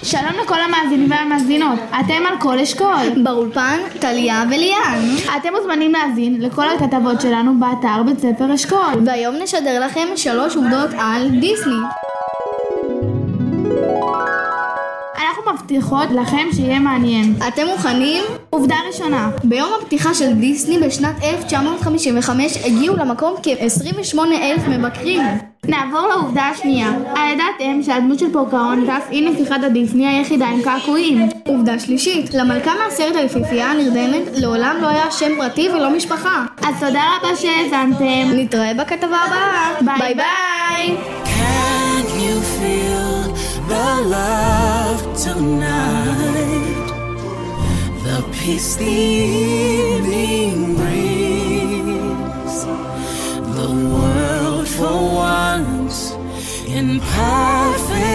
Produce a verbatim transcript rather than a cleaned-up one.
שלום לכל המאזינים והמאזינות, אתם על כל אשכול. באולפן, טליה וליאן. אתם מוזמנים להאזין לכל הכתבות שלנו באתר בית ספר אשכול. והיום נשדר לכם שלוש עובדות על דיסני. אנחנו מבטיחות לכם שיהיה מעניין. אתם מוכנים? עובדה ראשונה. ביום הפתיחה של דיסני בשנת אלף תשע מאות חמישים וחמש הגיעו למקום כ-עשרים ושמונה אלף מבקרים. נעבור לעובדה השנייה. הידעתם שהדמות של פוקהונטס היא נסיכת הדיסני היחידה עם קעקועים. עובדה שלישית. למלכה מהסרט היפהפייה הנרדמת לעולם לא היה שם פרטי ולא משפחה. אז תודה רבה שהאזנתם. נתראה בכתבה הבאה. ביי ביי. Can you feel the love tonight? The peace the evening brings. The world for once in perfect